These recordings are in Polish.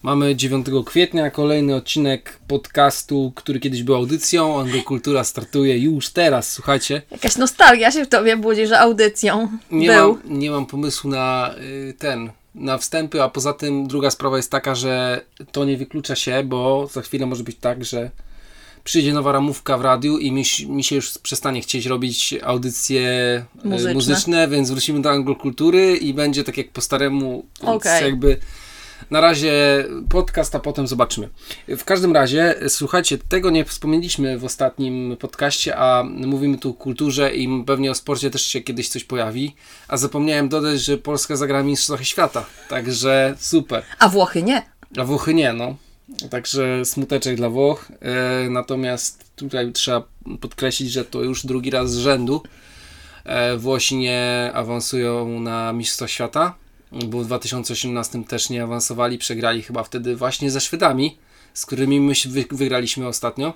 Mamy 9 kwietnia, kolejny odcinek podcastu, który kiedyś był audycją. Anglokultura startuje już teraz, słuchajcie. Jakaś nostalgia się w tobie budzi, że audycją Nie mam pomysłu na wstępy, a poza tym druga sprawa jest taka, że to nie wyklucza się, bo za chwilę może być tak, że przyjdzie nowa ramówka w radiu i mi się już przestanie chcieć robić audycje muzyczne, więc wrócimy do anglokultury i będzie tak jak po staremu, więc jakby na razie podcast, a potem zobaczymy. W każdym razie, słuchajcie, tego nie wspomnieliśmy w ostatnim podcaście, a mówimy tu o kulturze i pewnie o sporcie też się kiedyś coś pojawi, a zapomniałem dodać, że Polska zagra w Mistrzostwach Świata, także super. A Włochy nie. A Włochy nie, no. Także smuteczek dla Włoch, natomiast tutaj trzeba podkreślić, że to już drugi raz z rzędu Włosi nie awansują na Mistrzostwa Świata, bo w 2018 też nie awansowali, przegrali chyba wtedy właśnie ze Szwedami, z którymi my wygraliśmy ostatnio.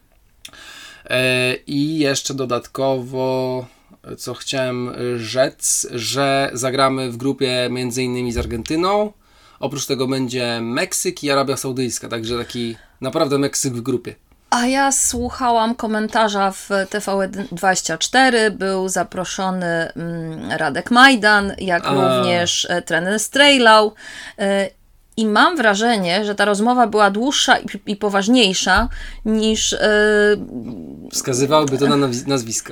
I jeszcze dodatkowo, co chciałem rzec, że zagramy w grupie między innymi z Argentyną. Oprócz tego będzie Meksyk i Arabia Saudyjska, także taki naprawdę Meksyk w grupie. A ja słuchałam komentarza w TVN24, był zaproszony Radek Majdan, jak również trener Strejlau. I mam wrażenie, że ta rozmowa była dłuższa i poważniejsza niż... Wskazywałyby to na nazwiska.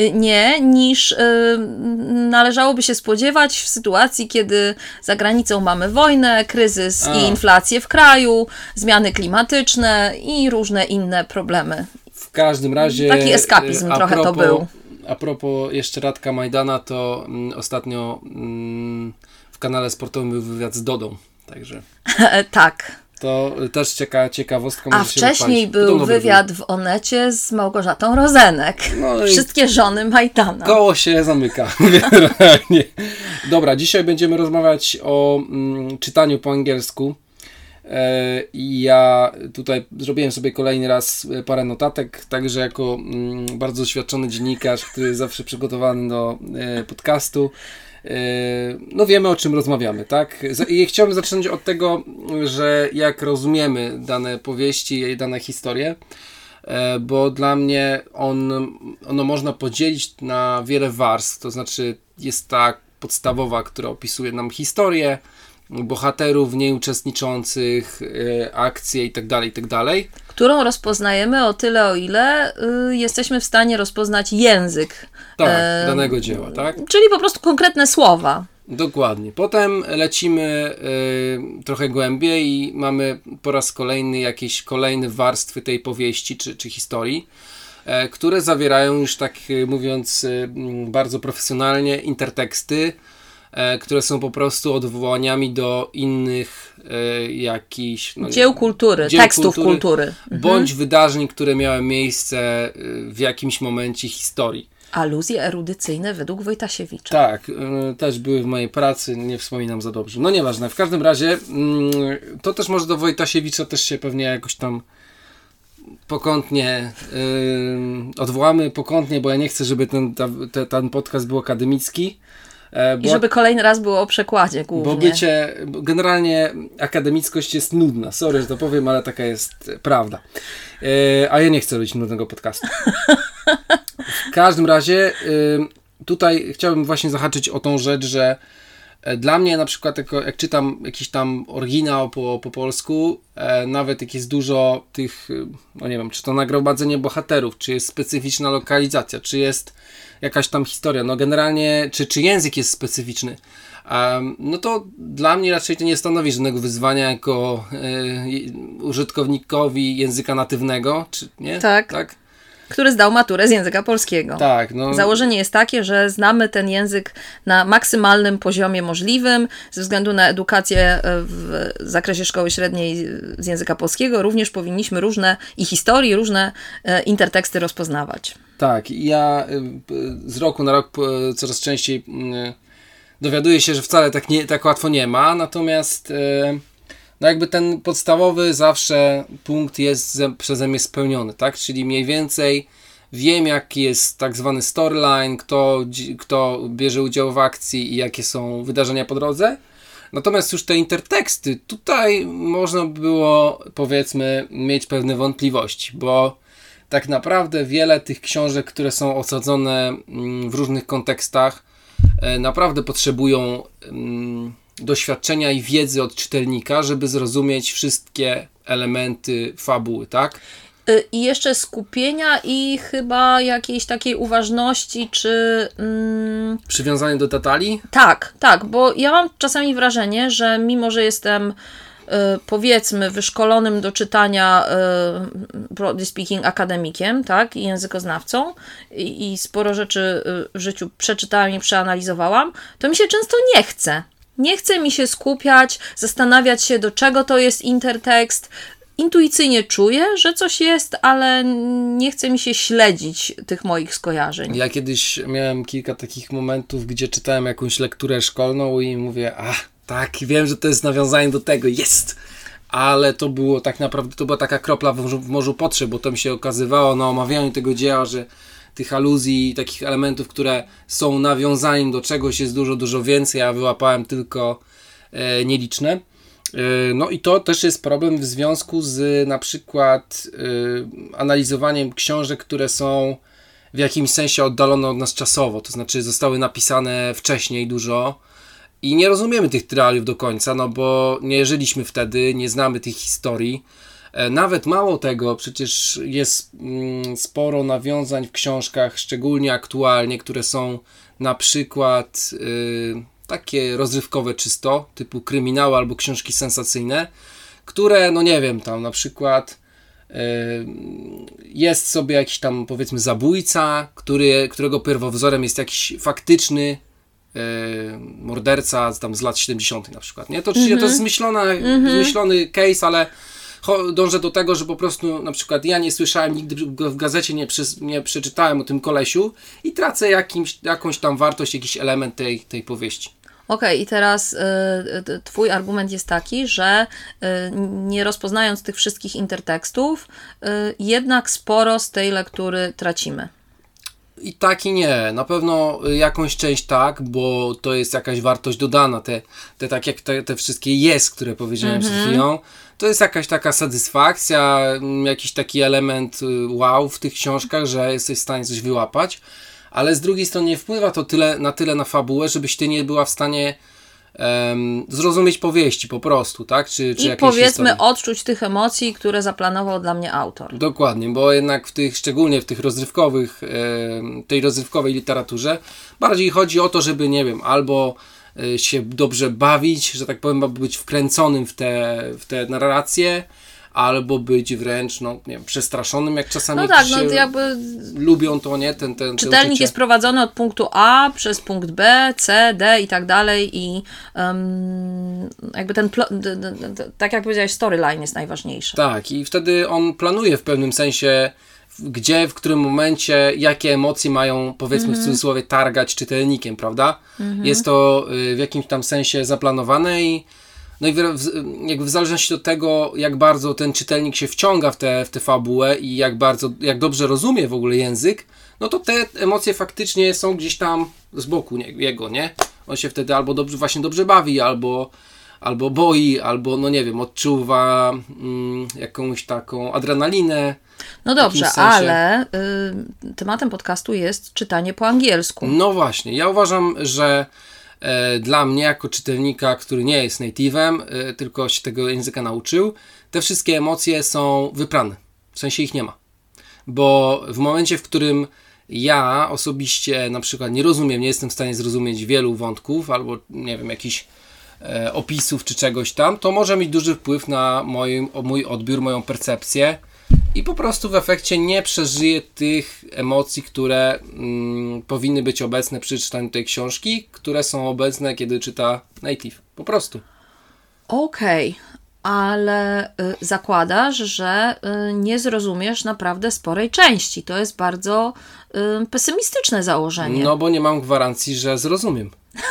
Niż należałoby się spodziewać w sytuacji, kiedy za granicą mamy wojnę, kryzys i inflację w kraju, zmiany klimatyczne i różne inne problemy. W każdym razie... Taki eskapizm trochę to był. A propos jeszcze Radka Majdana, to ostatnio w kanale sportowym był wywiad z Dodą. Także. Tak. To też ciekawostka. A wcześniej był wywiad w Onecie z Małgorzatą Rozenek. No wszystkie żony Majdana. Koło się zamyka. Dobra, dzisiaj będziemy rozmawiać o czytaniu po angielsku. I ja tutaj zrobiłem sobie kolejny raz parę notatek, także jako bardzo doświadczony dziennikarz, który jest zawsze przygotowany do podcastu, no wiemy, o czym rozmawiamy, tak? I chciałbym zacząć od tego, że jak rozumiemy dane powieści i dane historie, bo dla mnie ono można podzielić na wiele warstw, to znaczy jest ta podstawowa, która opisuje nam historię, bohaterów w niej uczestniczących, akcje itd., którą rozpoznajemy o tyle, o ile jesteśmy w stanie rozpoznać język danego dzieła, tak? Czyli po prostu konkretne słowa. Dokładnie. Potem lecimy trochę głębiej i mamy po raz kolejny jakieś kolejne warstwy tej powieści czy historii, które zawierają już, tak mówiąc bardzo profesjonalnie, interteksty, które są po prostu odwołaniami do innych jakichś... dzieł kultury, tekstów kultury. Bądź wydarzeń, które miały miejsce w jakimś momencie historii. Aluzje erudycyjne według Wojtasiewicza. Tak, też były w mojej pracy, nie wspominam za dobrze. No nieważne, w każdym razie to też może do Wojtasiewicza też się pewnie jakoś tam pokątnie odwołamy, bo ja nie chcę, żeby ten podcast był akademicki. I żeby kolejny raz było o przekładzie głównie. Bo generalnie akademickość jest nudna. Sorry, że to powiem, ale taka jest prawda. A ja nie chcę robić nudnego podcastu. W każdym razie tutaj chciałbym właśnie zahaczyć o tą rzecz, że dla mnie na przykład jak czytam jakiś tam oryginał po polsku, nawet jak jest dużo tych, no nie wiem, czy to nagromadzenie bohaterów, czy jest specyficzna lokalizacja, czy jest jakaś tam historia, no generalnie, czy język jest specyficzny, no to dla mnie raczej to nie stanowi żadnego wyzwania jako użytkownikowi języka natywnego, czy nie? Tak. Który zdał maturę z języka polskiego. Tak, no. Założenie jest takie, że znamy ten język na maksymalnym poziomie możliwym, ze względu na edukację w zakresie szkoły średniej z języka polskiego. Również powinniśmy różne historie, różne interteksty rozpoznawać. Tak, ja z roku na rok coraz częściej dowiaduję się, że wcale tak łatwo nie ma, natomiast no jakby ten podstawowy zawsze punkt jest przeze mnie spełniony, tak? Czyli mniej więcej wiem, jaki jest tak zwany storyline, kto bierze udział w akcji i jakie są wydarzenia po drodze. Natomiast już te interteksty, tutaj można było, powiedzmy, mieć pewne wątpliwości, bo tak naprawdę wiele tych książek, które są osadzone w różnych kontekstach, naprawdę potrzebują doświadczenia i wiedzy od czytelnika, żeby zrozumieć wszystkie elementy fabuły, tak? I jeszcze skupienia i chyba jakiejś takiej uważności, czy... Przywiązanie do detali? Tak, bo ja mam czasami wrażenie, że mimo, że jestem powiedzmy wyszkolonym do czytania broadly speaking akademikiem, tak, i językoznawcą i sporo rzeczy w życiu przeczytałam i przeanalizowałam, to mi się często nie chce. Nie chce mi się skupiać, zastanawiać się, do czego to jest intertekst. Intuicyjnie czuję, że coś jest, ale nie chce mi się śledzić tych moich skojarzeń. Ja kiedyś miałem kilka takich momentów, gdzie czytałem jakąś lekturę szkolną i mówię, tak, wiem, że to jest nawiązanie do tego, jest! Ale to było tak naprawdę, to była taka kropla w morzu potrzeb, bo to mi się okazywało na omawianiu tego dzieła, że tych aluzji i takich elementów, które są nawiązaniem do czegoś jest dużo, dużo więcej, a wyłapałem tylko nieliczne. No i to też jest problem w związku z na przykład analizowaniem książek, które są w jakimś sensie oddalone od nas czasowo, to znaczy zostały napisane wcześniej dużo i nie rozumiemy tych realiów do końca, no bo nie żyliśmy wtedy, nie znamy tych historii. Nawet mało tego, przecież jest sporo nawiązań w książkach, szczególnie aktualnie, które są na przykład takie rozrywkowe czysto, typu kryminały albo książki sensacyjne, które, no nie wiem, tam na przykład jest sobie jakiś tam, powiedzmy, zabójca, którego pierwowzorem jest jakiś faktyczny morderca tam z lat 70. na przykład, nie? To oczywiście to jest zmyślony case, ale dążę do tego, że po prostu na przykład ja nie słyszałem nigdy w gazecie, nie przeczytałem o tym kolesiu i tracę jakąś tam wartość, jakiś element tej powieści. Okej, i teraz twój argument jest taki, że nie rozpoznając tych wszystkich intertekstów, jednak sporo z tej lektury tracimy. I tak i nie. Na pewno jakąś część tak, bo to jest jakaś wartość dodana. Tak jak te wszystkie jest, które powiedziałem przed chwilą, to jest jakaś taka satysfakcja, jakiś taki element wow w tych książkach, że jesteś w stanie coś wyłapać, ale z drugiej strony nie wpływa to na tyle na fabułę, żebyś ty nie była w stanie zrozumieć powieści po prostu, tak? Czy i powiedzmy historii. Odczuć tych emocji, które zaplanował dla mnie autor. Dokładnie, bo jednak szczególnie w tych tej rozrywkowej literaturze bardziej chodzi o to, żeby, nie wiem, albo się dobrze bawić, że tak powiem, aby być wkręconym w te narracje, albo być wręcz, no nie wiem, przestraszonym, jak czasami lubią to, nie? Czytelnik jest prowadzony od punktu A przez punkt B, C, D i tak dalej i jakby tak jak powiedziałeś, storyline jest najważniejszy. Tak, i wtedy on planuje w pewnym sensie, gdzie, w którym momencie, jakie emocje mają, powiedzmy w cudzysłowie, targać czytelnikiem, prawda? Jest to w jakimś tam sensie zaplanowane i no i jakby w zależności od tego, jak bardzo ten czytelnik się wciąga w tę fabułę i jak dobrze rozumie w ogóle język, no to te emocje faktycznie są gdzieś tam z boku jego, nie? On się wtedy albo dobrze bawi, albo boi, albo no nie wiem, odczuwa jakąś taką adrenalinę. No dobrze, ale tematem podcastu jest czytanie po angielsku. No właśnie, ja uważam, że dla mnie jako czytelnika, który nie jest native'em, tylko się tego języka nauczył, te wszystkie emocje są wyprane. W sensie ich nie ma. Bo w momencie, w którym ja osobiście na przykład nie jestem w stanie zrozumieć wielu wątków, albo nie wiem, jakichś opisów czy czegoś tam, to może mieć duży wpływ na mój odbiór, moją percepcję i po prostu w efekcie nie przeżyję tych emocji, które powinny być obecne przy czytaniu tej książki, które są obecne, kiedy czyta native. Po prostu. Okej, ale zakładasz, że nie zrozumiesz naprawdę sporej części. To jest bardzo pesymistyczne założenie. No bo nie mam gwarancji, że zrozumiem.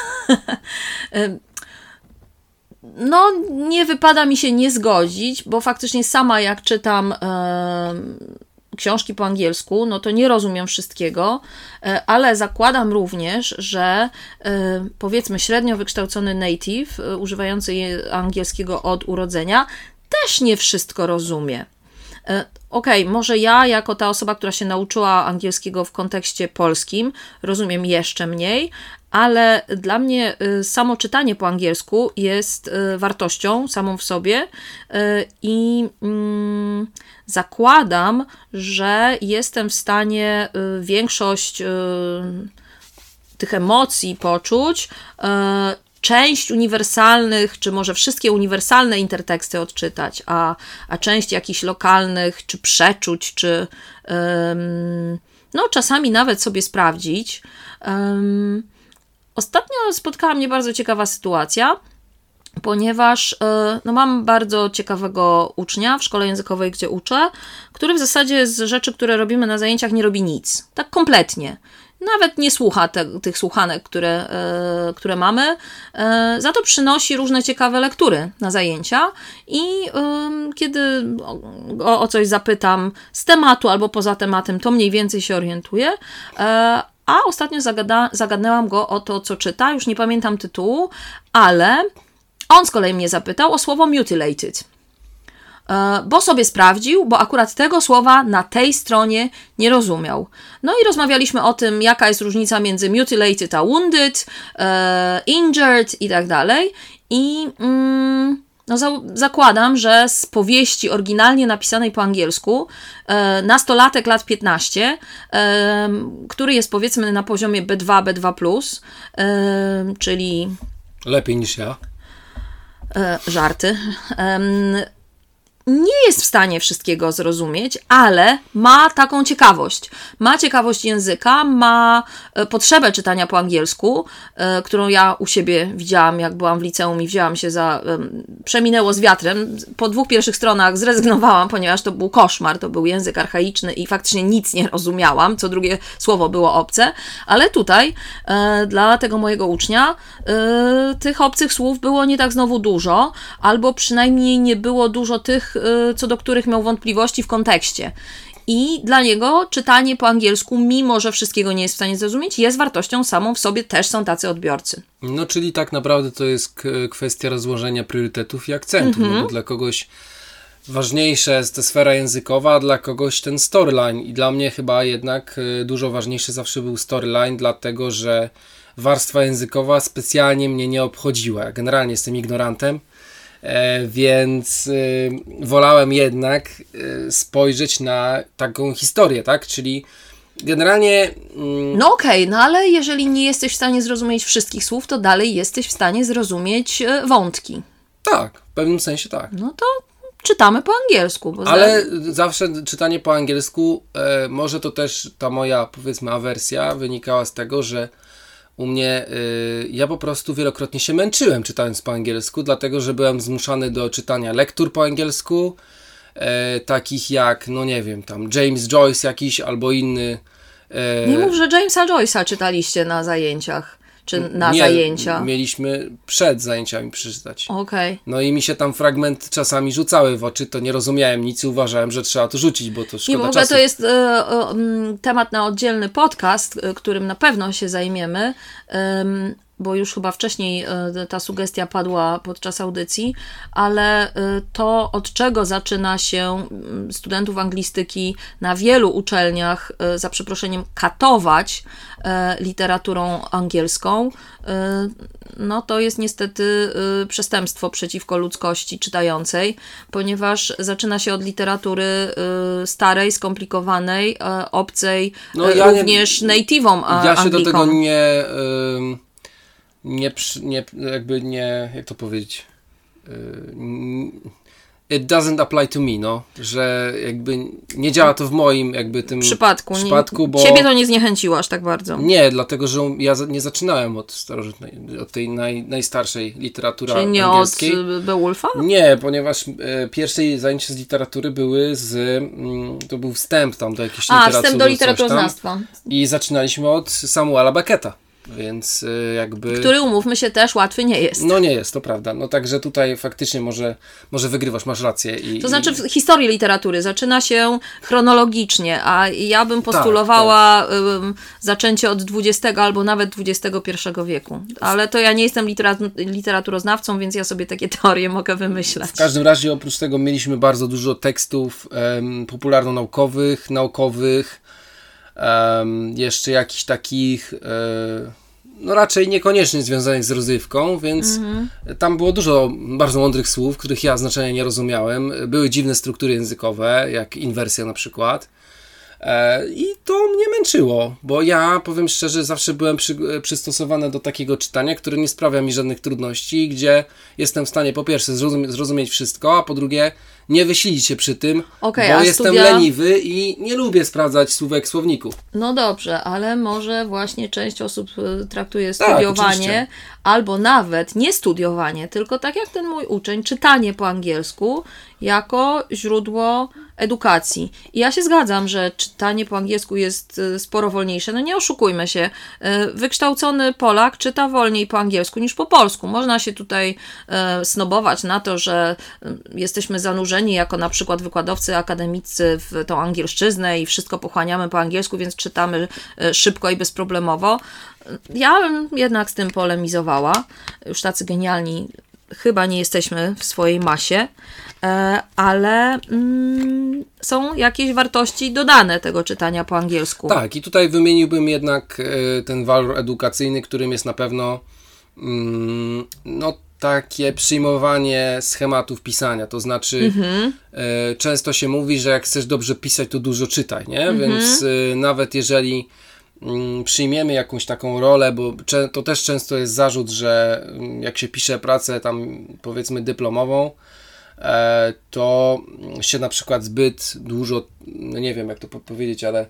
No, nie wypada mi się nie zgodzić, bo faktycznie sama jak czytam książki po angielsku, no to nie rozumiem wszystkiego, ale zakładam również, że powiedzmy średnio wykształcony native, używający angielskiego od urodzenia, też nie wszystko rozumie. Okej, może ja jako ta osoba, która się nauczyła angielskiego w kontekście polskim, rozumiem jeszcze mniej, ale dla mnie samo czytanie po angielsku jest wartością samą w sobie i zakładam, że jestem w stanie większość tych emocji poczuć, część uniwersalnych, czy może wszystkie uniwersalne interteksty odczytać, a część jakichś lokalnych, czy przeczuć, czy no czasami nawet sobie sprawdzić. Ostatnio spotkała mnie bardzo ciekawa sytuacja, ponieważ no, mam bardzo ciekawego ucznia w szkole językowej, gdzie uczę, który w zasadzie z rzeczy, które robimy na zajęciach, nie robi nic. Tak kompletnie. Nawet nie słucha tych słuchanek, które mamy, za to przynosi różne ciekawe lektury na zajęcia i kiedy o coś zapytam z tematu albo poza tematem, to mniej więcej się orientuję. A ostatnio zagadnęłam go o to, co czyta, już nie pamiętam tytułu, ale on z kolei mnie zapytał o słowo mutilated. Bo sobie sprawdził, bo akurat tego słowa na tej stronie nie rozumiał. No i rozmawialiśmy o tym, jaka jest różnica między mutilated a wounded, injured i tak dalej. I no zakładam, że z powieści oryginalnie napisanej po angielsku, nastolatek lat 15, który jest powiedzmy na poziomie B2, B2+, czyli... Lepiej niż ja. Żarty. Nie jest w stanie wszystkiego zrozumieć, ale ma taką ciekawość. Ma ciekawość języka, ma potrzebę czytania po angielsku, którą ja u siebie widziałam, jak byłam w liceum i wzięłam się za... Przeminęło z wiatrem. Po 2 pierwszych stronach zrezygnowałam, ponieważ to był koszmar, to był język archaiczny i faktycznie nic nie rozumiałam. Co drugie słowo było obce, ale tutaj dla tego mojego ucznia tych obcych słów było nie tak znowu dużo, albo przynajmniej nie było dużo tych, co do których miał wątpliwości w kontekście. I dla niego czytanie po angielsku, mimo że wszystkiego nie jest w stanie zrozumieć, jest wartością samą w sobie, też są tacy odbiorcy. No, czyli tak naprawdę to jest kwestia rozłożenia priorytetów i akcentów. No, bo dla kogoś ważniejsza jest ta sfera językowa, a dla kogoś ten storyline. I dla mnie chyba jednak dużo ważniejszy zawsze był storyline, dlatego że warstwa językowa specjalnie mnie nie obchodziła. Ja generalnie jestem ignorantem, więc wolałem jednak spojrzeć na taką historię, tak? Czyli generalnie... No okej, no ale jeżeli nie jesteś w stanie zrozumieć wszystkich słów, to dalej jesteś w stanie zrozumieć wątki. Tak, w pewnym sensie tak. No to czytamy po angielsku. Ale zawsze czytanie po angielsku, może to też ta moja, powiedzmy, awersja wynikała z tego, że u mnie, ja po prostu wielokrotnie się męczyłem czytając po angielsku, dlatego że byłem zmuszany do czytania lektur po angielsku, takich jak, no nie wiem, tam James Joyce jakiś albo inny. Nie mów, że Jamesa Joyce'a czytaliście na zajęciach, czy na zajęcia. Mieliśmy przed zajęciami przeczytać. Okej. No i mi się tam fragmenty czasami rzucały w oczy, to nie rozumiałem nic i uważałem, że trzeba to rzucić, bo to szkoda czasu. W ogóle to jest temat na oddzielny podcast, którym na pewno się zajmiemy, bo już chyba wcześniej ta sugestia padła podczas audycji, ale to, od czego zaczyna się studentów anglistyki na wielu uczelniach, za przeproszeniem, katować literaturą angielską, no to jest niestety przestępstwo przeciwko ludzkości czytającej, ponieważ zaczyna się od literatury starej, skomplikowanej, obcej, no, również native'om Anglikom. Ja się do tego jak to powiedzieć, it doesn't apply to me, no, że jakby nie działa to w moim jakby tym przypadku, bo ciebie to nie zniechęciło aż tak bardzo. Nie, dlatego, że ja nie zaczynałem od starożytnej, od tej najstarszej literatury angielskiej. Czyli nie od Beowulfa? Nie, ponieważ pierwsze zajęcia z literatury były to był wstęp tam do jakiejś literatury. Wstęp do literaturoznawstwa. I zaczynaliśmy od Samuela Becketa. Więc jakby... Który, umówmy się, też łatwy nie jest. No nie jest, to prawda. No także tutaj faktycznie może wygrywasz, masz rację. To znaczy w historii literatury zaczyna się chronologicznie, a ja bym postulowała zaczęcie od XX albo nawet XXI wieku. Ale to ja nie jestem literaturoznawcą, więc ja sobie takie teorie mogę wymyślać. W każdym razie oprócz tego mieliśmy bardzo dużo tekstów popularno-naukowych, jeszcze jakichś takich no raczej niekoniecznie związanych z rozrywką, więc tam było dużo bardzo mądrych słów, których ja znaczenia nie rozumiałem. Były dziwne struktury językowe, jak inwersja na przykład. I to mnie męczyło, bo ja, powiem szczerze, zawsze byłem przystosowany do takiego czytania, które nie sprawia mi żadnych trudności, gdzie jestem w stanie po pierwsze zrozumieć wszystko, a po drugie nie wysilić się przy tym, bo jestem leniwy i nie lubię sprawdzać słówek w słowniku. No dobrze, ale może właśnie część osób traktuje studiowanie, albo nawet nie studiowanie, tylko tak jak ten mój uczeń, czytanie po angielsku jako źródło edukacji. I ja się zgadzam, że czytanie po angielsku jest sporo wolniejsze. No nie oszukujmy się. Wykształcony Polak czyta wolniej po angielsku niż po polsku. Można się tutaj snobować na to, że jesteśmy zanurzeni jako na przykład wykładowcy akademicy w tą angielszczyznę i wszystko pochłaniamy po angielsku, więc czytamy szybko i bezproblemowo. Ja bym jednak z tym polemizowała. Już tacy genialni chyba nie jesteśmy w swojej masie, ale są jakieś wartości dodane tego czytania po angielsku. Tak, i tutaj wymieniłbym jednak ten walor edukacyjny, którym jest na pewno no takie przyjmowanie schematów pisania, to znaczy często się mówi, że jak chcesz dobrze pisać, to dużo czytaj, nie? Więc nawet jeżeli przyjmiemy jakąś taką rolę, bo to też często jest zarzut, że jak się pisze pracę tam powiedzmy dyplomową, to się na przykład zbyt dużo, no nie wiem jak to powiedzieć, ale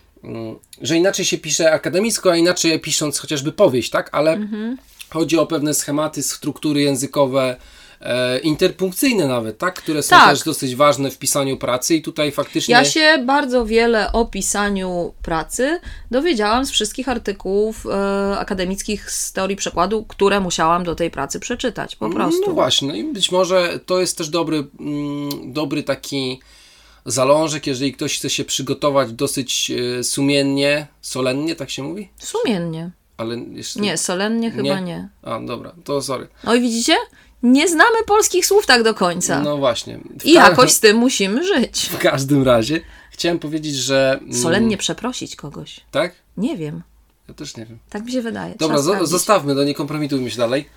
że inaczej się pisze akademicko, a inaczej pisząc chociażby powieść, tak? Ale chodzi o pewne schematy, struktury językowe, interpunkcyjne nawet, tak? Które są też dosyć ważne w pisaniu pracy i tutaj faktycznie... Ja się bardzo wiele o pisaniu pracy dowiedziałam z wszystkich artykułów akademickich z teorii przekładu, które musiałam do tej pracy przeczytać, po prostu. No właśnie, no i być może to jest też dobry taki zalążek, jeżeli ktoś chce się przygotować dosyć sumiennie, solennie, tak się mówi? Sumiennie. Ale jeszcze... Nie, solennie chyba nie. A, dobra, to sorry. Oj, widzicie? Nie znamy polskich słów tak do końca. No właśnie. I jakoś z tym musimy żyć. W każdym razie chciałem powiedzieć, że... Solennie przeprosić kogoś. Tak? Nie wiem. Ja też nie wiem. Tak mi się wydaje. Dobra, zostawmy, nie kompromitujmy się dalej.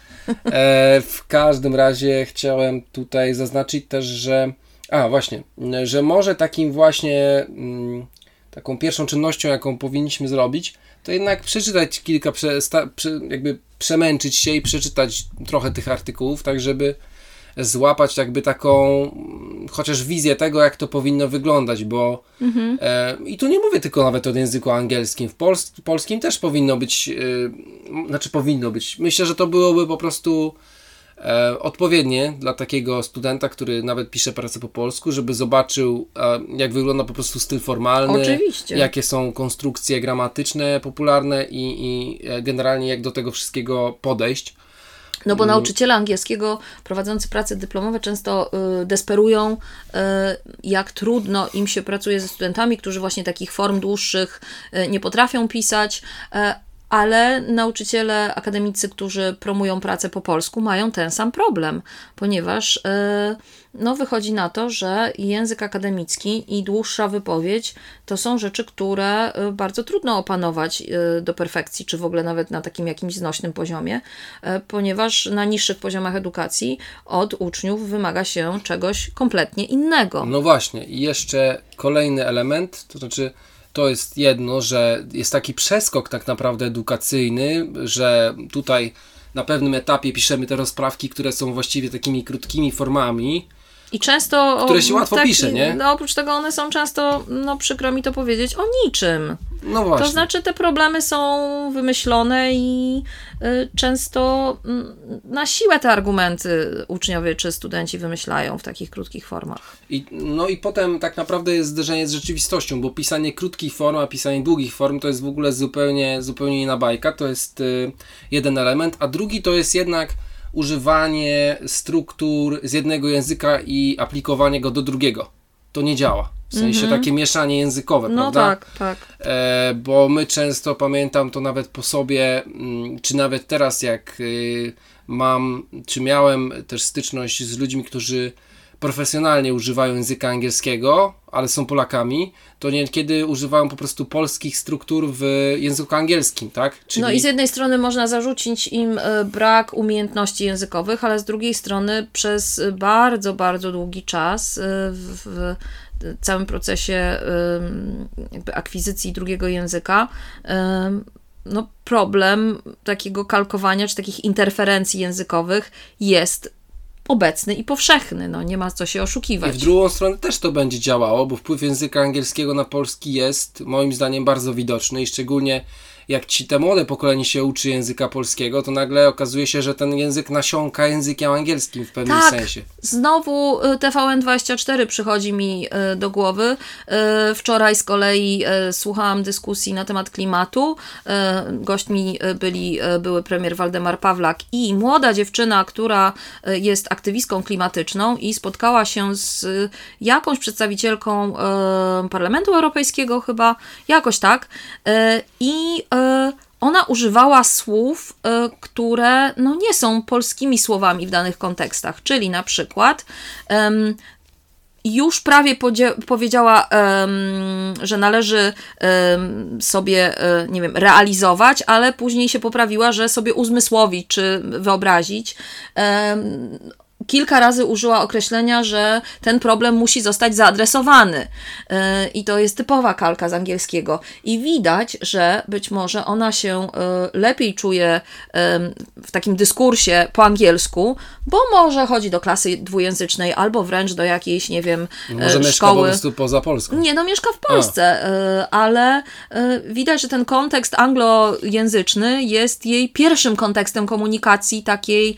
W każdym razie chciałem tutaj zaznaczyć też, że... właśnie, że może takim właśnie... taką pierwszą czynnością, jaką powinniśmy zrobić, to jednak przeczytać kilka, jakby przemęczyć się i przeczytać trochę tych artykułów, tak żeby złapać jakby taką chociaż wizję tego, jak to powinno wyglądać, bo i tu nie mówię tylko nawet o języku angielskim, w polskim też powinno być, myślę, że to byłoby po prostu odpowiednie dla takiego studenta, który nawet pisze pracę po polsku, żeby zobaczył, jak wygląda po prostu styl formalny, oczywiście, jakie są konstrukcje gramatyczne popularne i generalnie jak do tego wszystkiego podejść. No bo nauczyciele angielskiego prowadzący prace dyplomowe często desperują, jak trudno im się pracuje ze studentami, którzy właśnie takich form dłuższych nie potrafią pisać, ale nauczyciele akademicy, którzy promują pracę po polsku, mają ten sam problem, ponieważ wychodzi na to, że język akademicki i dłuższa wypowiedź to są rzeczy, które bardzo trudno opanować do perfekcji, czy w ogóle nawet na takim jakimś znośnym poziomie, ponieważ na niższych poziomach edukacji od uczniów wymaga się czegoś kompletnie innego. No właśnie, i jeszcze kolejny element, to znaczy to jest jedno, że jest taki przeskok tak naprawdę edukacyjny, że tutaj na pewnym etapie piszemy te rozprawki, które są właściwie takimi krótkimi formami, I często... Które się łatwo pisze, nie? No, oprócz tego one są często, no przykro mi to powiedzieć, o niczym. No właśnie. To znaczy te problemy są wymyślone i często na siłę te argumenty uczniowie czy studenci wymyślają w takich krótkich formach. No i potem tak naprawdę jest zderzenie z rzeczywistością, bo pisanie krótkich form, a pisanie długich form to jest w ogóle zupełnie inna bajka. To jest jeden element, a drugi to jest jednak używanie struktur z jednego języka i aplikowanie go do drugiego. To nie działa. W sensie takie mieszanie językowe, no prawda? Tak. Bo my często, pamiętam to nawet po sobie, czy nawet teraz jak miałem też styczność z ludźmi, którzy profesjonalnie używają języka angielskiego, ale są Polakami, to niekiedy używają po prostu polskich struktur w języku angielskim, tak? Czyli... No i z jednej strony można zarzucić im brak umiejętności językowych, ale z drugiej strony przez bardzo, bardzo długi czas w całym procesie jakby akwizycji drugiego języka no problem takiego kalkowania czy takich interferencji językowych jest obecny i powszechny, no nie ma co się oszukiwać. I w drugą stronę też to będzie działało, bo wpływ języka angielskiego na polski jest moim zdaniem bardzo widoczny i szczególnie jak te młode pokolenie się uczy języka polskiego, to nagle okazuje się, że ten język nasiąka językiem angielskim w pewnym sensie. Znowu TVN24 przychodzi mi do głowy. Wczoraj z kolei słuchałam dyskusji na temat klimatu. Gośćmi były premier Waldemar Pawlak i młoda dziewczyna, która jest aktywistką klimatyczną i spotkała się z jakąś przedstawicielką Parlamentu Europejskiego chyba, jakoś tak. I ona używała słów, które no, nie są polskimi słowami w danych kontekstach, czyli na przykład już prawie powiedziała, że należy sobie, nie wiem, realizować, ale później się poprawiła, że sobie uzmysłowić czy wyobrazić. Kilka razy użyła określenia, że ten problem musi zostać zaadresowany. I to jest typowa kalka z angielskiego. I widać, że być może ona się lepiej czuje w takim dyskursie po angielsku, bo może chodzi do klasy dwujęzycznej albo wręcz do jakiejś, nie wiem, może szkoły. Mieszka po prostu poza Polską. Nie, no mieszka w Polsce, ale widać, że ten kontekst anglojęzyczny jest jej pierwszym kontekstem komunikacji takiej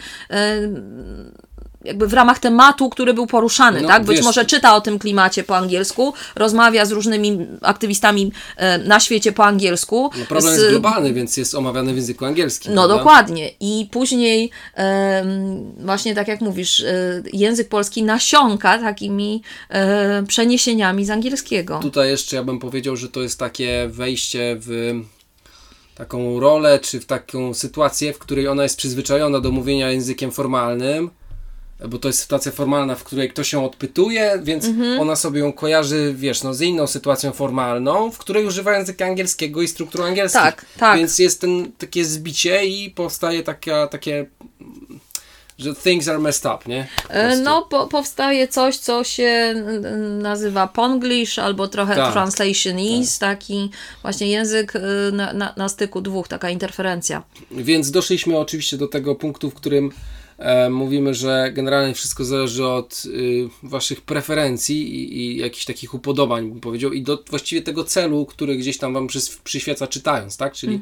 jakby w ramach tematu, który był poruszany, no, tak? Być może czyta o tym klimacie po angielsku, rozmawia z różnymi aktywistami na świecie po angielsku. No problem jest globalny, więc jest omawiany w języku angielskim. No prawda? Dokładnie. I później właśnie tak jak mówisz, język polski nasiąka takimi przeniesieniami z angielskiego. Tutaj jeszcze ja bym powiedział, że to jest takie wejście w taką rolę, czy w taką sytuację, w której ona jest przyzwyczajona do mówienia językiem formalnym, bo to jest sytuacja formalna, w której ktoś ją odpytuje, więc ona sobie ją kojarzy, wiesz, no, z inną sytuacją formalną, w której używa języka angielskiego i struktur angielskich. Tak. Więc jest takie zbicie i powstaje takie, że things are messed up, nie? No, powstaje coś, co się nazywa Ponglish albo trochę translationese, taki właśnie język na styku dwóch, taka interferencja. Więc doszliśmy oczywiście do tego punktu, w którym mówimy, że generalnie wszystko zależy od waszych preferencji i jakichś takich upodobań, bym powiedział, i do właściwie tego celu, który gdzieś tam wam przyświeca czytając, tak? Czyli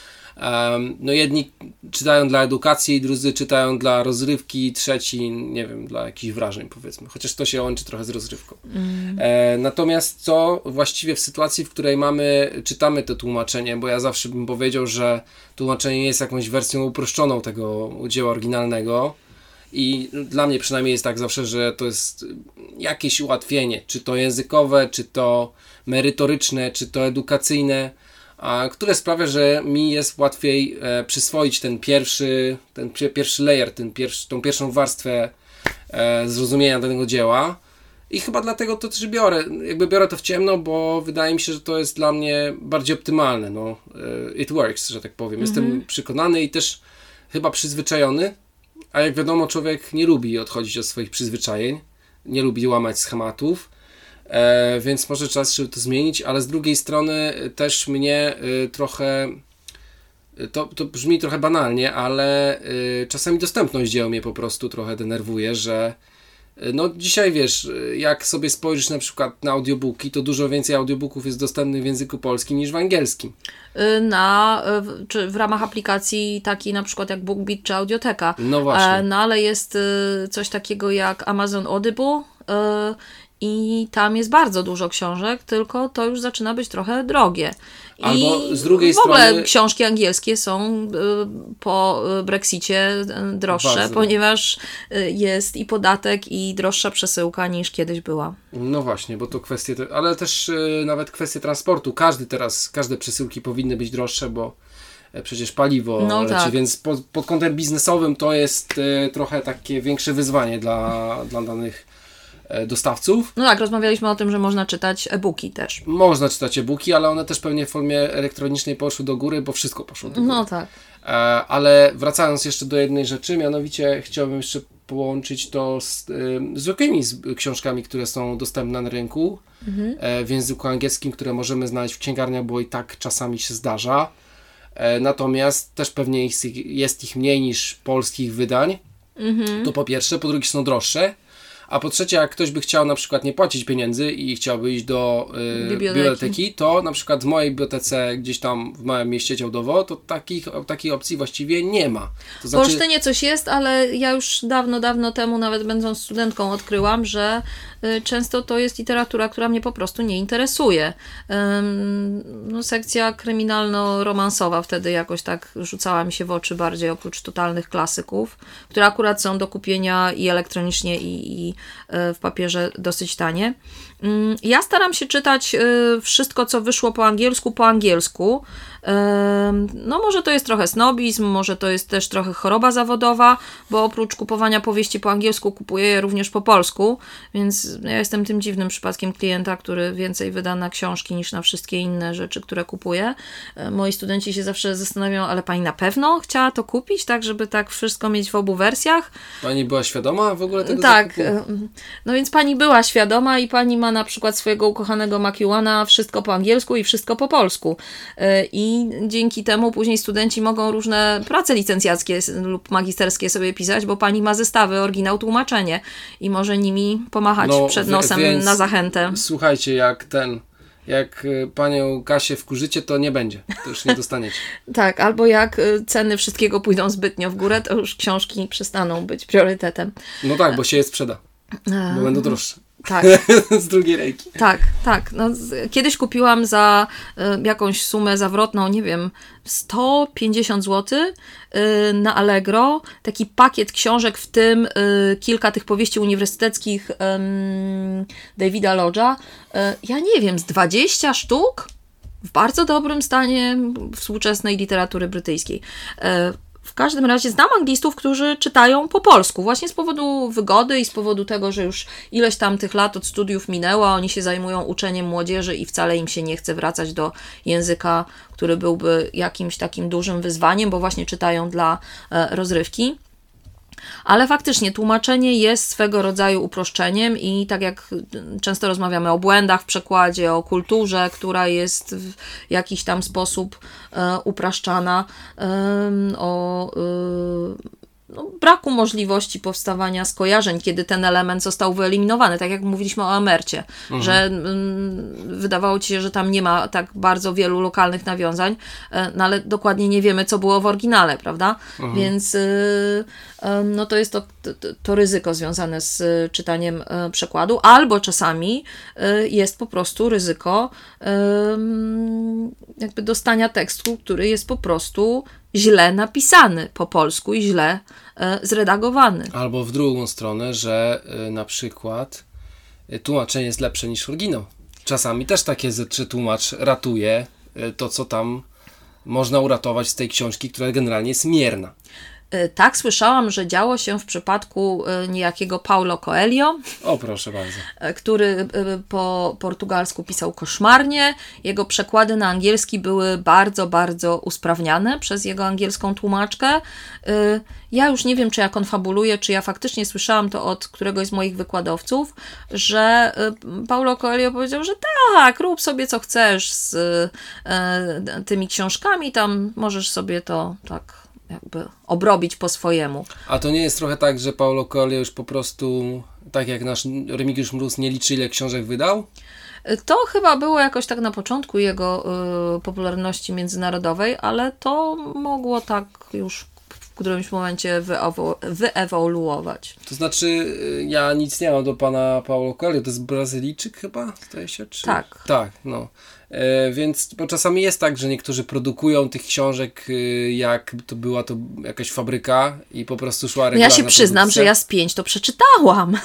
no jedni czytają dla edukacji, drudzy czytają dla rozrywki, trzeci, nie wiem, dla jakichś wrażeń, powiedzmy. Chociaż to się łączy trochę z rozrywką. Natomiast co właściwie w sytuacji, w której czytamy to tłumaczenie, bo ja zawsze bym powiedział, że tłumaczenie jest jakąś wersją uproszczoną tego dzieła oryginalnego i dla mnie przynajmniej jest tak zawsze, że to jest jakieś ułatwienie, czy to językowe, czy to merytoryczne, czy to edukacyjne, które sprawia, że mi jest łatwiej przyswoić ten pierwszy layer, tą pierwszą warstwę zrozumienia danego dzieła i chyba dlatego to też biorę to w ciemno, bo wydaje mi się, że to jest dla mnie bardziej optymalne, no, it works, że tak powiem. Jestem przekonany i też chyba przyzwyczajony, a jak wiadomo człowiek nie lubi odchodzić od swoich przyzwyczajeń, nie lubi łamać schematów, więc może czas, żeby to zmienić, ale z drugiej strony też mnie trochę, to brzmi trochę banalnie, ale czasami dostępność dzieł mnie po prostu trochę denerwuje, że No dzisiaj wiesz, jak sobie spojrzysz na przykład na audiobooki, to dużo więcej audiobooków jest dostępnych w języku polskim niż w angielskim. Czy w ramach aplikacji takiej na przykład jak BookBeat czy Audioteka. No właśnie. No ale jest coś takiego jak Amazon Audible i tam jest bardzo dużo książek, tylko to już zaczyna być trochę drogie. Albo I z drugiej w ogóle strony książki angielskie są po Brexicie droższe, Bardzo. ponieważ jest i podatek, i droższa przesyłka niż kiedyś była. no właśnie, bo to kwestie, ale też nawet kwestie transportu. Każde przesyłki powinny być droższe, bo przecież paliwo No leci, tak. więc pod kątem biznesowym to jest trochę takie większe wyzwanie dla danych dostawców. No tak, rozmawialiśmy o tym, że można czytać e-booki też. Można czytać e-booki, ale one też pewnie w formie elektronicznej poszły do góry, bo wszystko poszło do góry. No tak. Ale wracając jeszcze do jednej rzeczy, mianowicie chciałbym jeszcze połączyć to z zwykłymi książkami, które są dostępne na rynku w języku angielskim, które możemy znaleźć w księgarniach, bo i tak czasami się zdarza. Natomiast też pewnie jest ich mniej niż polskich wydań. To po pierwsze, po drugie są droższe. A po trzecie, jak ktoś by chciał na przykład nie płacić pieniędzy i chciałby iść do biblioteki, to na przykład w mojej bibliotece gdzieś tam w małym mieście Działdowo, to takiej opcji właściwie nie ma. To W znaczy, Olsztynie coś jest, ale ja już dawno temu, nawet będąc studentką, odkryłam, że często to jest literatura, która mnie po prostu nie interesuje. No, sekcja kryminalno-romansowa wtedy jakoś tak rzucała mi się w oczy bardziej, oprócz totalnych klasyków, które akurat są do kupienia i elektronicznie, i w papierze dosyć tanie. Ja staram się czytać wszystko, co wyszło po angielsku. No może to jest trochę snobizm, może to jest też trochę choroba zawodowa, bo oprócz kupowania powieści po angielsku kupuję je również po polsku, więc ja jestem tym dziwnym przypadkiem klienta, który więcej wyda na książki niż na wszystkie inne rzeczy, które kupuje. Moi studenci się zawsze zastanawiają, ale pani na pewno chciała to kupić, tak żeby tak wszystko mieć w obu wersjach? Pani była świadoma w ogóle tego Tak, zakupu? no więc pani była świadoma i pani ma na przykład swojego ukochanego McEwana wszystko po angielsku i wszystko po polsku. I dzięki temu później studenci mogą różne prace licencjackie lub magisterskie sobie pisać, bo pani ma zestawy, oryginał, tłumaczenie i może nimi pomachać przed nosem na zachętę. Słuchajcie, jak panią Kasię wkurzycie, to nie będzie. To już nie dostaniecie. Tak, albo jak ceny wszystkiego pójdą zbytnio w górę, to już książki przestaną być priorytetem. No tak, bo się je sprzeda. Bo będą droższe. Tak. Z drugiej ręki. Tak. No, kiedyś kupiłam za jakąś sumę zawrotną, nie wiem, 150 zł na Allegro taki pakiet książek, w tym kilka tych powieści uniwersyteckich Davida Lodge'a. Ja nie wiem, z 20 sztuk w bardzo dobrym stanie współczesnej literatury brytyjskiej. W każdym razie znam anglistów, którzy czytają po polsku, właśnie z powodu wygody i z powodu tego, że już ileś tam tych lat od studiów minęło, oni się zajmują uczeniem młodzieży i wcale im się nie chce wracać do języka, który byłby jakimś takim dużym wyzwaniem, bo właśnie czytają dla rozrywki. Ale faktycznie tłumaczenie jest swego rodzaju uproszczeniem i tak jak często rozmawiamy o błędach w przekładzie, o kulturze, która jest w jakiś tam sposób upraszczana, o braku możliwości powstawania skojarzeń, kiedy ten element został wyeliminowany, tak jak mówiliśmy o Amercie, że wydawało ci się, że tam nie ma tak bardzo wielu lokalnych nawiązań, no ale dokładnie nie wiemy, co było w oryginale, prawda? Więc no to jest to ryzyko związane z czytaniem przekładu, albo czasami jest po prostu ryzyko jakby dostania tekstu, który jest po prostu źle napisany po polsku i źle zredagowany. Albo w drugą stronę, że na przykład tłumaczenie jest lepsze niż oryginał. Czasami też takie, że tłumacz ratuje to, co tam można uratować z tej książki, która generalnie jest mierna. Tak, słyszałam, że działo się w przypadku niejakiego Paulo Coelho. O, proszę bardzo. Który po portugalsku pisał koszmarnie. Jego przekłady na angielski były bardzo, bardzo usprawniane przez jego angielską tłumaczkę. Ja już nie wiem, czy ja konfabuluję, czy ja faktycznie słyszałam to od któregoś z moich wykładowców, że Paulo Coelho powiedział, że tak, rób sobie co chcesz z tymi książkami, tam możesz sobie to tak jakby obrobić po swojemu. A to nie jest trochę tak, że Paulo Coelho już po prostu, tak jak nasz Remigiusz Mróz, nie liczy, ile książek wydał? To chyba było jakoś tak na początku jego popularności międzynarodowej, ale to mogło tak już w którymś momencie wyewoluować. To znaczy, ja nic nie mam do pana Paulo Coelho, to jest Brazylijczyk chyba, zdaje się? Czy... Tak. Tak, no. Więc bo czasami jest tak, że niektórzy produkują tych książek, jak to była to jakaś fabryka i po prostu szła regularna Ja się przyznam, produkcja. że ja z 5 to przeczytałam.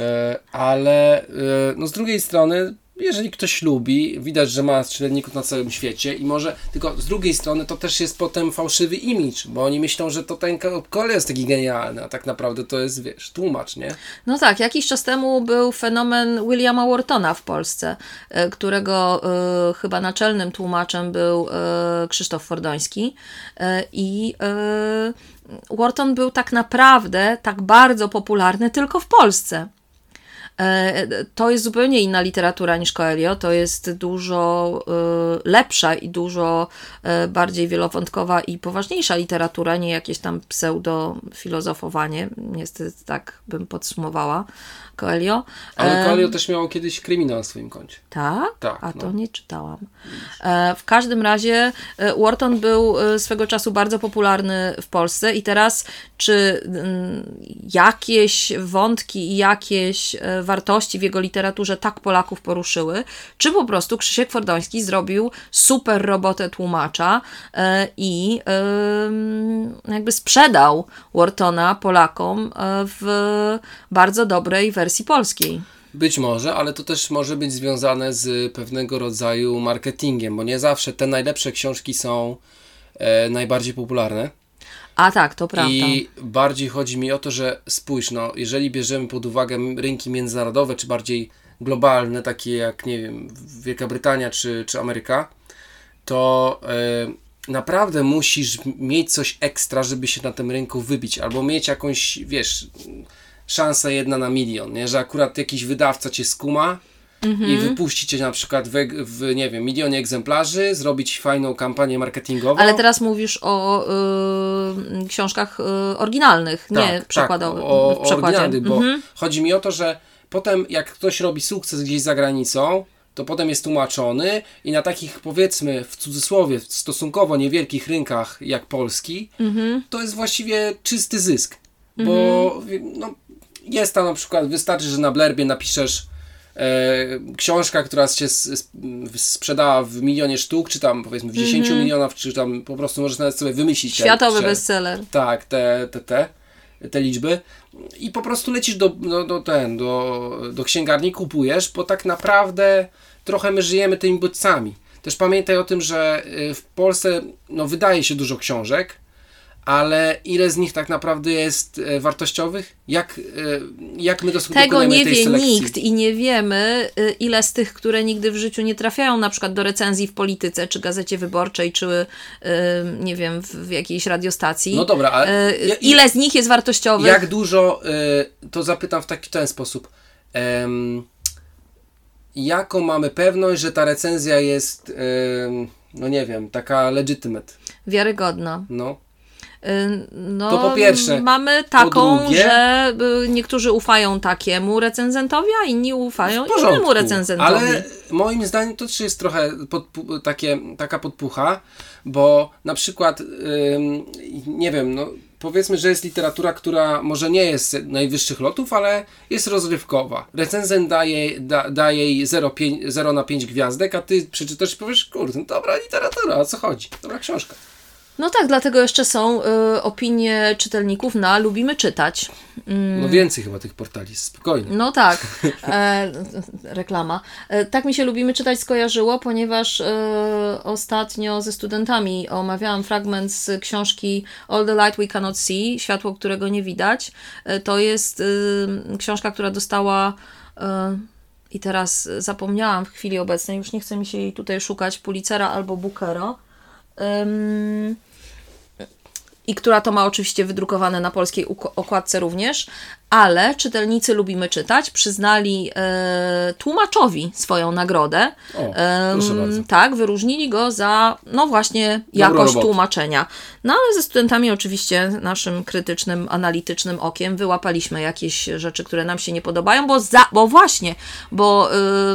Ale no z drugiej strony, jeżeli ktoś lubi, widać, że ma czytelników na całym świecie i może, tylko z drugiej strony to też jest potem fałszywy imidż, bo oni myślą, że to ten Coelho jest taki genialny, a tak naprawdę to jest, wiesz, tłumacz, nie? No tak, jakiś czas temu był fenomen Williama Whartona w Polsce, którego chyba naczelnym tłumaczem był Krzysztof Fordoński i Wharton był tak naprawdę tak bardzo popularny tylko w Polsce. To jest zupełnie inna literatura niż Coelho, to jest dużo lepsza i dużo bardziej wielowątkowa i poważniejsza literatura, nie jakieś tam pseudofilozofowanie, niestety tak bym podsumowała Coelho. Ale Coelho też miał kiedyś kryminał na swoim koncie. Tak? Tak, A to no. nie czytałam. W każdym razie Wharton był swego czasu bardzo popularny w Polsce i teraz czy jakieś wątki i jakieś wartości w jego literaturze tak Polaków poruszyły, czy po prostu Krzysiek Fordoński zrobił super robotę tłumacza i jakby sprzedał Whartona Polakom w bardzo dobrej wersji polskiej. Być może, ale to też może być związane z pewnego rodzaju marketingiem, bo nie zawsze te najlepsze książki są najbardziej popularne. A tak, to prawda. I bardziej chodzi mi o to, że spójrz, no, jeżeli bierzemy pod uwagę rynki międzynarodowe, czy bardziej globalne, takie jak, nie wiem, Wielka Brytania czy Ameryka, to naprawdę musisz mieć coś ekstra, żeby się na tym rynku wybić, albo mieć jakąś, wiesz, szansę 1 na milion, nie? Że akurat jakiś wydawca cię skuma i wypuści cię na przykład w nie wiem, milionie egzemplarzy, zrobić fajną kampanię marketingową. Ale teraz mówisz o książkach oryginalnych, nie przekładowych. O oryginalnych, bo chodzi mi o to, że potem jak ktoś robi sukces gdzieś za granicą, to potem jest tłumaczony i na takich, powiedzmy, w cudzysłowie, stosunkowo niewielkich rynkach jak polski, to jest właściwie czysty zysk. Bo no, jest tam na przykład, wystarczy, że na blurbie napiszesz książka, która się sprzedała w 1 000 000 sztuk, czy tam powiedzmy w 10 milionach, czy tam po prostu możesz nawet sobie wymyślić. Światowy bestseller. Tak, te liczby. I po prostu lecisz do księgarni, kupujesz, bo tak naprawdę trochę my żyjemy tymi bodźcami. Też pamiętaj o tym, że w Polsce no, wydaje się dużo książek, ale ile z nich tak naprawdę jest wartościowych? Jak my Tego nie tej wie selekcji? nikt i nie wiemy, ile z tych, które nigdy w życiu nie trafiają na przykład do recenzji w Polityce, czy Gazecie Wyborczej, czy nie wiem, w jakiejś radiostacji. No dobra, ale ile z nich jest wartościowych? Jak dużo, to zapytam w ten sposób. Jaką mamy pewność, że ta recenzja jest, no nie wiem, taka legitimate? Wiarygodna. No. No, to po pierwsze. Mamy taką, drugie, że niektórzy ufają takiemu recenzentowi, a inni ufają innemu recenzentowi. Ale moim zdaniem to też jest trochę taka podpucha, bo na przykład nie wiem, no powiedzmy, że jest literatura, która może nie jest najwyższych lotów, ale jest rozrywkowa. Recenzent daje jej 0 na 5 gwiazdek, a ty przeczytasz i powiesz, kurde, no dobra literatura, o co chodzi? Dobra książka. No tak, dlatego jeszcze są opinie czytelników na Lubimy Czytać. No więcej chyba tych portali, spokojnie. No tak, reklama. Tak mi się Lubimy Czytać skojarzyło, ponieważ ostatnio ze studentami omawiałam fragment z książki All the Light We Cannot See, Światło, którego nie widać. To jest książka, która dostała... I teraz zapomniałam w chwili obecnej, już nie chce mi się jej tutaj szukać, Pulitzera albo Bookera. I która to ma oczywiście wydrukowane na polskiej okładce również, ale czytelnicy Lubimy Czytać przyznali tłumaczowi swoją nagrodę. Proszę bardzo. Tak, wyróżnili go za, no właśnie, jakość tłumaczenia. No ale ze studentami oczywiście naszym krytycznym, analitycznym okiem wyłapaliśmy jakieś rzeczy, które nam się nie podobają, bo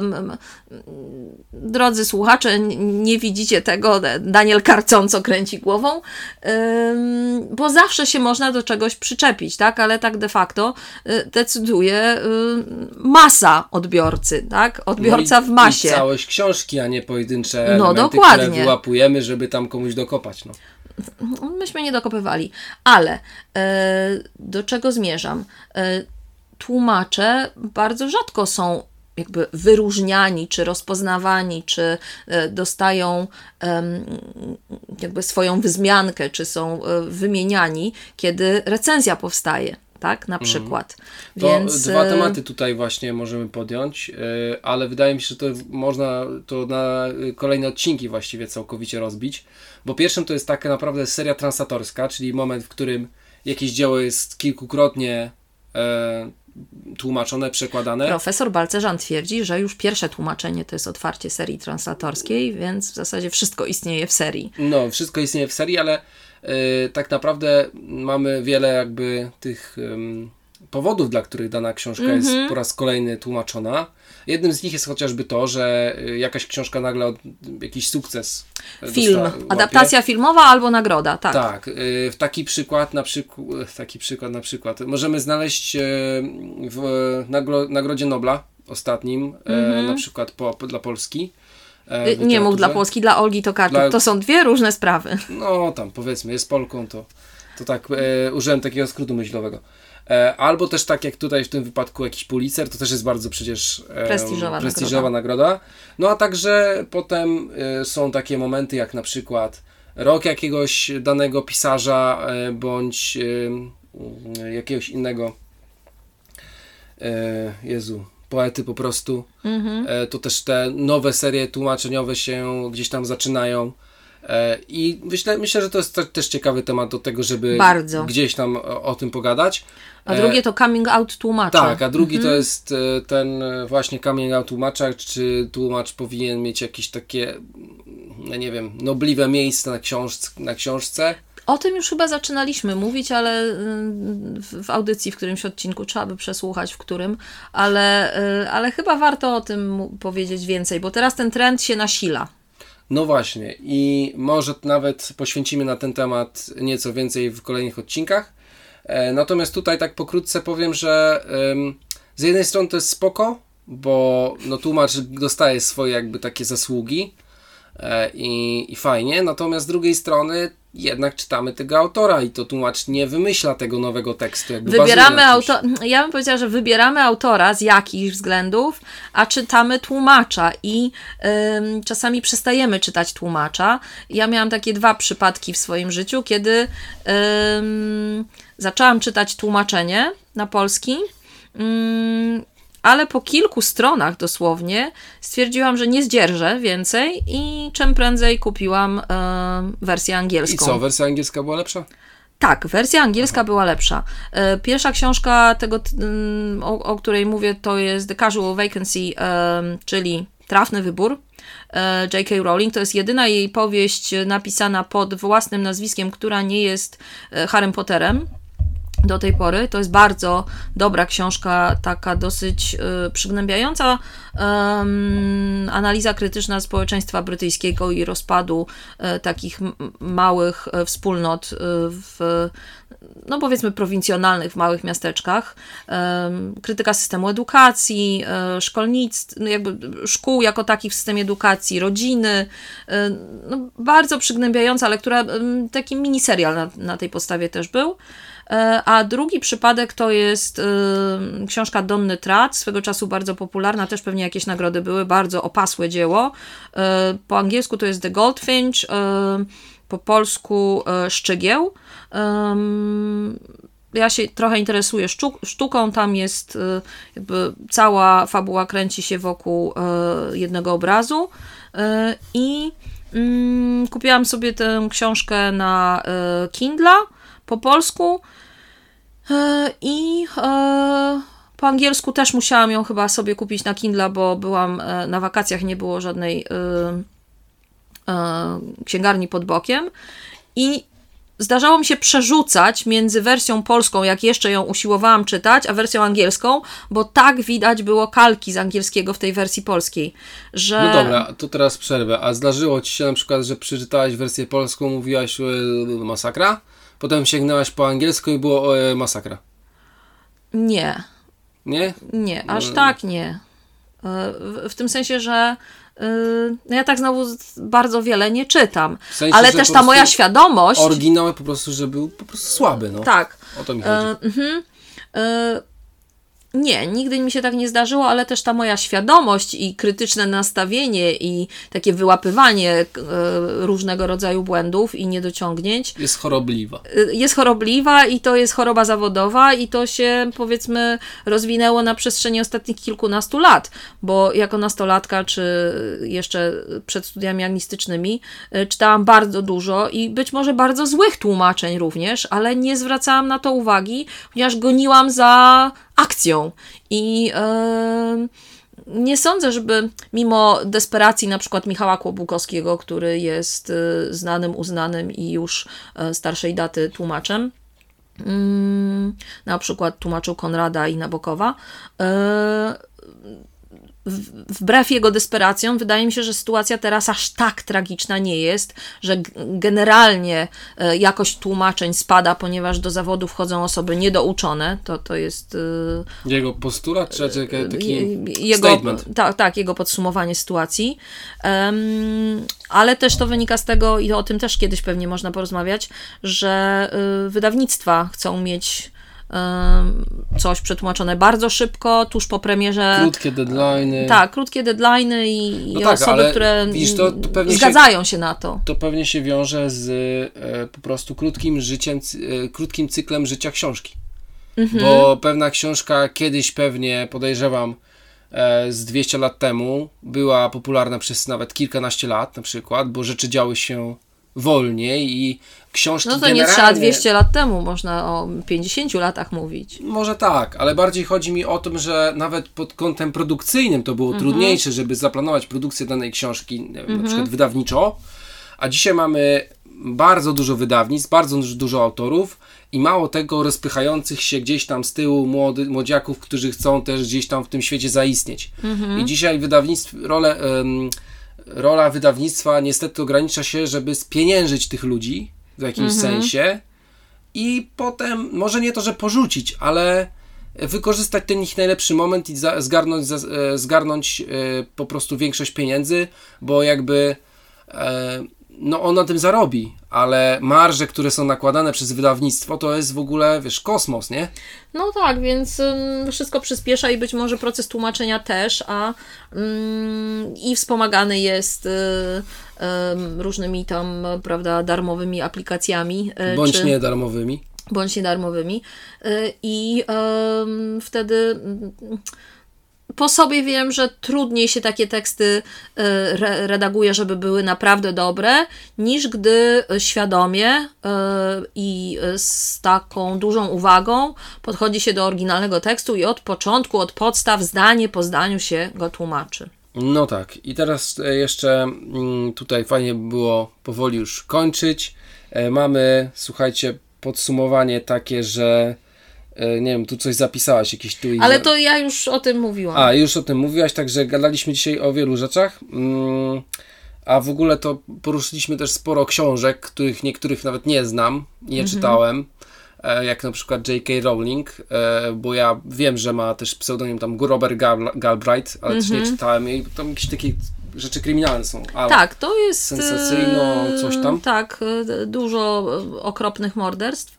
drodzy słuchacze, nie widzicie tego, Daniel karcąco kręci głową, bo zawsze się można do czegoś przyczepić, tak? Ale tak de facto decyduje masa odbiorcy, tak? Odbiorca w masie. I całość książki, a nie pojedyncze elementy, które wyłapujemy, żeby tam komuś dokopać. No. Myśmy nie dokopywali, ale do czego zmierzam? Tłumacze bardzo rzadko są jakby wyróżniani, czy rozpoznawani, czy dostają jakby swoją wzmiankę, czy są wymieniani, kiedy recenzja powstaje, tak, na przykład. Więc... To dwa tematy tutaj właśnie możemy podjąć, ale wydaje mi się, że to można to na kolejne odcinki właściwie całkowicie rozbić, bo pierwszym to jest taka naprawdę seria translatorska, czyli moment, w którym jakieś dzieło jest kilkukrotnie tłumaczone, przekładane. Profesor Balcerzan twierdzi, że już pierwsze tłumaczenie to jest otwarcie serii translatorskiej, więc w zasadzie wszystko istnieje w serii. No, wszystko istnieje w serii, ale tak naprawdę mamy wiele jakby tych powodów, dla których dana książka jest po raz kolejny tłumaczona. Jednym z nich jest chociażby to, że jakaś książka nagle jakiś sukces adaptacja filmowa albo nagroda, tak. Tak, taki przykład na przykład możemy znaleźć w Nagrodzie Nobla ostatnim, na przykład dla Polski. Nie mów dla Polski, dla Olgi Tokarczuk. To są dwie różne sprawy. No tam powiedzmy, jest Polką, to tak użyłem takiego skrótu myślowego. Albo też tak jak tutaj w tym wypadku jakiś Pulitzer, to też jest bardzo przecież prestiżowa nagroda. No a także potem są takie momenty jak na przykład rok jakiegoś danego pisarza bądź jakiegoś innego poety po prostu. To też te nowe serie tłumaczeniowe się gdzieś tam zaczynają. I myślę, że to jest też ciekawy temat do tego, żeby gdzieś tam o tym pogadać. A drugie to coming out tłumacza. Tak, a drugi to jest ten właśnie coming out tłumacza, czy tłumacz powinien mieć jakieś takie, nie wiem, nobliwe miejsce na książce. O tym już chyba zaczynaliśmy mówić, ale w audycji, w którymś odcinku trzeba by przesłuchać, w którym, ale chyba warto o tym powiedzieć więcej, bo teraz ten trend się nasila. No właśnie i może nawet poświęcimy na ten temat nieco więcej w kolejnych odcinkach. Natomiast tutaj tak pokrótce powiem, że z jednej strony to jest spoko, bo no, tłumacz dostaje swoje jakby takie zasługi i fajnie, natomiast z drugiej strony jednak czytamy tego autora i to tłumacz nie wymyśla tego nowego tekstu. Ja bym powiedziała, że wybieramy autora z jakichś względów, a czytamy tłumacza i czasami przestajemy czytać tłumacza. Ja miałam takie 2 przypadki w swoim życiu, kiedy zaczęłam czytać tłumaczenie na polski, ale po kilku stronach dosłownie stwierdziłam, że nie zdzierżę więcej i czym prędzej kupiłam wersję angielską. I co, wersja angielska była lepsza? Tak, wersja angielska była lepsza. Pierwsza książka tego, o której mówię, to jest The Casual Vacancy, czyli Trafny wybór. J.K. Rowling. To jest jedyna jej powieść napisana pod własnym nazwiskiem, która nie jest Harrym Potterem. Do tej pory. To jest bardzo dobra książka, taka dosyć przygnębiająca analiza krytyczna społeczeństwa brytyjskiego i rozpadu takich małych wspólnot no powiedzmy prowincjonalnych w małych miasteczkach. Krytyka systemu edukacji, szkolnictw, jakby szkół jako takich w systemie edukacji, rodziny. No, bardzo przygnębiająca lektura, taki miniserial na tej podstawie też był. A drugi przypadek to jest książka Donny Tratt, swego czasu bardzo popularna, też pewnie jakieś nagrody były, bardzo opasłe dzieło. Po angielsku to jest The Goldfinch, po polsku Szczygieł. Ja się trochę interesuję sztuką, tam jest jakby cała fabuła kręci się wokół jednego obrazu i kupiłam sobie tę książkę na Kindla po polsku. I po angielsku też musiałam ją chyba sobie kupić na Kindle, bo byłam na wakacjach, nie było żadnej księgarni pod bokiem. I zdarzało mi się przerzucać między wersją polską, jak jeszcze ją usiłowałam czytać, a wersją angielską, bo tak widać było kalki z angielskiego w tej wersji polskiej, że... No dobra, to teraz przerwę. A zdarzyło ci się na przykład, że przeczytałaś wersję polską, mówiłaś masakra, potem sięgnęłaś po angielską i było masakra? Nie. Nie? Nie, aż tak nie. W tym sensie, że no ja tak znowu bardzo wiele nie czytam. W sensie, ale też ta moja świadomość... Oryginał po prostu, że był po prostu słaby. No. Tak. O to mi chodzi. Nie, nigdy mi się tak nie zdarzyło, ale też ta moja świadomość i krytyczne nastawienie i takie wyłapywanie różnego rodzaju błędów i niedociągnięć jest chorobliwa. Jest chorobliwa i to jest choroba zawodowa i to się, powiedzmy, rozwinęło na przestrzeni ostatnich kilkunastu lat, bo jako nastolatka czy jeszcze przed studiami anglistycznymi czytałam bardzo dużo i być może bardzo złych tłumaczeń również, ale nie zwracałam na to uwagi, ponieważ goniłam za akcją i nie sądzę, żeby mimo desperacji na przykład Michała Kłobukowskiego, który jest znanym, uznanym i już starszej daty tłumaczem, na przykład tłumaczył Konrada i Nabokowa, wbrew jego desperacjom, wydaje mi się, że sytuacja teraz aż tak tragiczna nie jest, że generalnie jakość tłumaczeń spada, ponieważ do zawodu wchodzą osoby niedouczone. To jest... Jego postulat, czy taki jego, statement? Tak, jego podsumowanie sytuacji. Ale też to wynika z tego, i o tym też kiedyś pewnie można porozmawiać, że wydawnictwa chcą mieć coś przetłumaczone bardzo szybko, tuż po premierze. Krótkie deadline'y. Tak, krótkie deadline'y i no tak, osoby, które widzisz, to pewnie zgadzają się na to. To pewnie się wiąże z po prostu krótkim cyklem życia książki. Bo pewna książka kiedyś pewnie, podejrzewam, z 200 lat temu była popularna przez nawet kilkanaście lat na przykład, bo rzeczy działy się wolniej i książki no to nie trzeba 200 lat temu, można o 50 latach mówić. Może tak, ale bardziej chodzi mi o to, że nawet pod kątem produkcyjnym to było trudniejsze, żeby zaplanować produkcję danej książki, na przykład wydawniczo, a dzisiaj mamy bardzo dużo wydawnictw, bardzo dużo autorów i mało tego rozpychających się gdzieś tam z tyłu młodziaków, którzy chcą też gdzieś tam w tym świecie zaistnieć. I dzisiaj rola wydawnictwa niestety ogranicza się, żeby spieniężyć tych ludzi w jakimś sensie i potem, może nie to, że porzucić, ale wykorzystać ten ich najlepszy moment i zgarnąć po prostu większość pieniędzy, bo jakby no on na tym zarobi, ale marże, które są nakładane przez wydawnictwo, to jest w ogóle, wiesz, kosmos, nie? No tak, więc wszystko przyspiesza i być może proces tłumaczenia też, a i wspomagany jest różnymi tam, prawda, darmowymi aplikacjami. Bądź niedarmowymi. Bądź niedarmowymi. I wtedy... Po sobie wiem, że trudniej się takie teksty redaguje, żeby były naprawdę dobre, niż gdy świadomie i z taką dużą uwagą podchodzi się do oryginalnego tekstu i od początku, od podstaw, zdanie po zdaniu się go tłumaczy. No tak. I teraz jeszcze tutaj fajnie by było powoli już kończyć. Mamy, słuchajcie, podsumowanie takie, że nie wiem, tu coś zapisałaś, jakieś tu i... Ale to ja już o tym mówiłam. A, już o tym mówiłaś, także gadaliśmy dzisiaj o wielu rzeczach. A w ogóle to poruszyliśmy też sporo książek, których niektórych nawet nie znam, nie czytałem. Jak na przykład J.K. Rowling, bo ja wiem, że ma też pseudonim tam Robert Galbraith, ale też nie czytałem jej, tam jakieś takie rzeczy kryminalne są. Ale tak, to jest... sensacyjno, coś tam. Tak, dużo okropnych morderstw.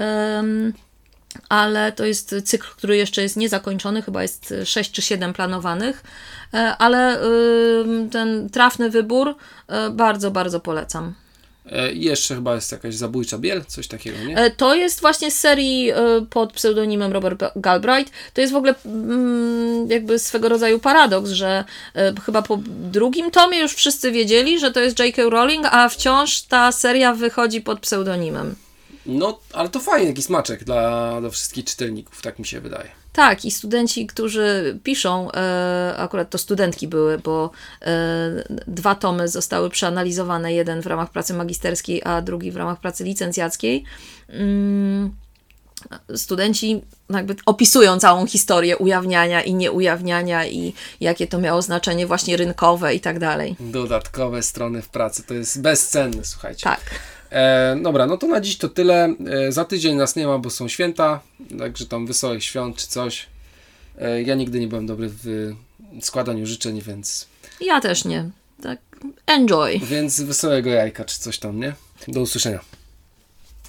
Ale to jest cykl, który jeszcze jest niezakończony, chyba jest 6 czy 7 planowanych, ale ten trafny wybór bardzo, bardzo polecam. I jeszcze chyba jest jakaś Zabójcza Biel, coś takiego, nie? To jest właśnie z serii pod pseudonimem Robert Galbraith. To jest w ogóle jakby swego rodzaju paradoks, że chyba po drugim tomie już wszyscy wiedzieli, że to jest J.K. Rowling, a wciąż ta seria wychodzi pod pseudonimem. No, ale to fajny taki smaczek dla wszystkich czytelników, tak mi się wydaje. Tak, i studenci, którzy piszą, akurat to studentki były, bo 2 tomy zostały przeanalizowane, jeden w ramach pracy magisterskiej, a drugi w ramach pracy licencjackiej. Studenci jakby opisują całą historię ujawniania i nieujawniania i jakie to miało znaczenie właśnie rynkowe i tak dalej. Dodatkowe strony w pracy, to jest bezcenne, słuchajcie. Tak. Dobra, no to na dziś to tyle. Za tydzień nas nie ma, bo są święta, także tam wesołych świąt czy coś. Ja nigdy nie byłem dobry w składaniu życzeń, więc... Ja też nie. Tak, enjoy. Więc wesołego jajka czy coś tam, nie? Do usłyszenia.